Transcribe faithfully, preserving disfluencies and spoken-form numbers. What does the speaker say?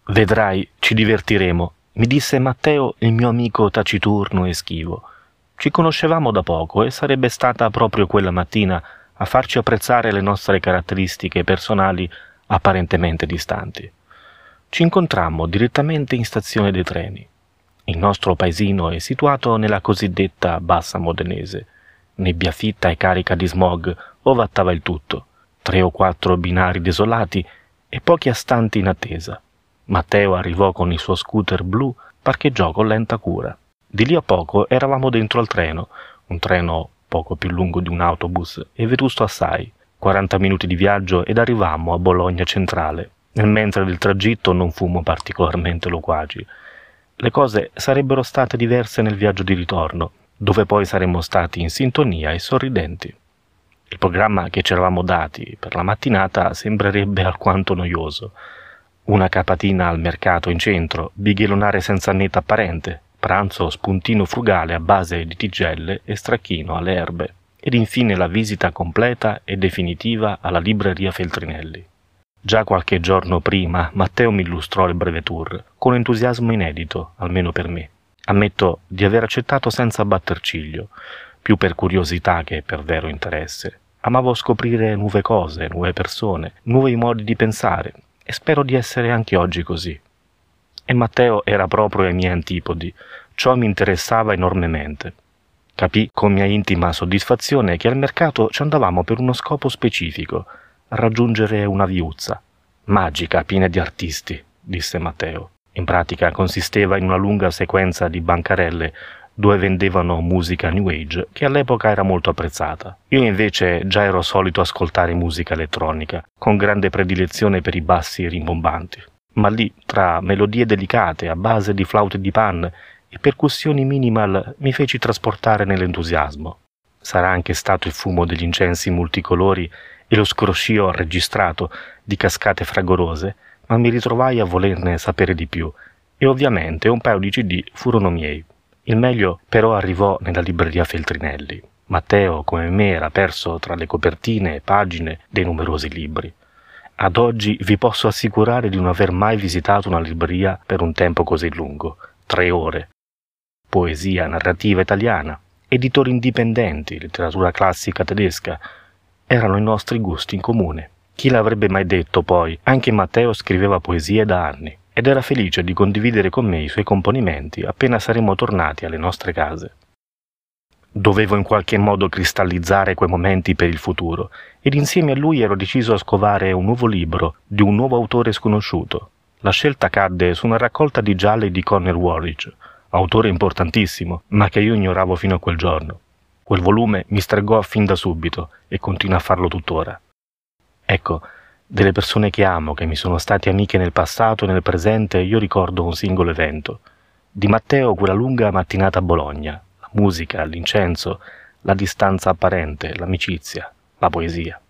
Vedrai, ci divertiremo, mi disse Matteo, il mio amico taciturno e schivo. Ci conoscevamo da poco e sarebbe stata proprio quella mattina a farci apprezzare le nostre caratteristiche personali apparentemente distanti. Ci incontrammo direttamente in stazione dei treni. Il nostro paesino è situato nella cosiddetta Bassa Modenese, nebbia fitta e carica di smog ovattava il tutto, tre o quattro binari desolati e pochi astanti in attesa. Matteo arrivò con il suo scooter blu, parcheggiò con lenta cura. Di lì a poco eravamo dentro al treno, un treno poco più lungo di un autobus e vetusto assai. quaranta minuti di viaggio ed arrivammo a Bologna Centrale. Nel mentre del tragitto non fummo particolarmente loquaci. Le cose sarebbero state diverse nel viaggio di ritorno, dove poi saremmo stati in sintonia e sorridenti. Il programma che ci eravamo dati per la mattinata sembrerebbe alquanto noioso. Una capatina al mercato in centro, bighelonare senza meta apparente, pranzo spuntino frugale a base di tigelle e stracchino alle erbe, ed infine la visita completa e definitiva alla libreria Feltrinelli. Già qualche giorno prima Matteo mi illustrò il breve tour, con entusiasmo inedito, almeno per me. Ammetto di aver accettato senza batter ciglio, più per curiosità che per vero interesse. Amavo scoprire nuove cose, nuove persone, nuovi modi di pensare, e spero di essere anche oggi così. E Matteo era proprio ai miei antipodi, ciò mi interessava enormemente. Capì con mia intima soddisfazione che al mercato ci andavamo per uno scopo specifico, a raggiungere una viuzza. Magica, piena di artisti, disse Matteo. In pratica consisteva in una lunga sequenza di bancarelle dove vendevano musica New Age che all'epoca era molto apprezzata. Io invece già ero solito ascoltare musica elettronica, con grande predilezione per i bassi rimbombanti. Ma lì, tra melodie delicate a base di flaute di pan e percussioni minimal, mi feci trasportare nell'entusiasmo. Sarà anche stato il fumo degli incensi multicolori e lo scroscio registrato di cascate fragorose, ma mi ritrovai a volerne sapere di più, e ovviamente un paio di C D furono miei. Il meglio però arrivò nella libreria Feltrinelli. Matteo, come me, era perso tra le copertine e pagine dei numerosi libri. Ad oggi vi posso assicurare di non aver mai visitato una libreria per un tempo così lungo, tre ore. Poesia narrativa italiana, editori indipendenti, letteratura classica tedesca, erano i nostri gusti in comune. Chi l'avrebbe mai detto, poi? Anche Matteo scriveva poesie da anni ed era felice di condividere con me i suoi componimenti appena saremmo tornati alle nostre case. Dovevo in qualche modo cristallizzare quei momenti per il futuro ed insieme a lui ero deciso a scovare un nuovo libro di un nuovo autore sconosciuto. La scelta cadde su una raccolta di gialli di Conner Warrick, autore importantissimo, ma che io ignoravo fino a quel giorno. Quel volume mi stregò fin da subito e continua a farlo tuttora. Ecco, delle persone che amo, che mi sono state amiche nel passato e nel presente, io ricordo un singolo evento. Di Matteo quella lunga mattinata a Bologna, la musica, l'incenso, la distanza apparente, l'amicizia, la poesia.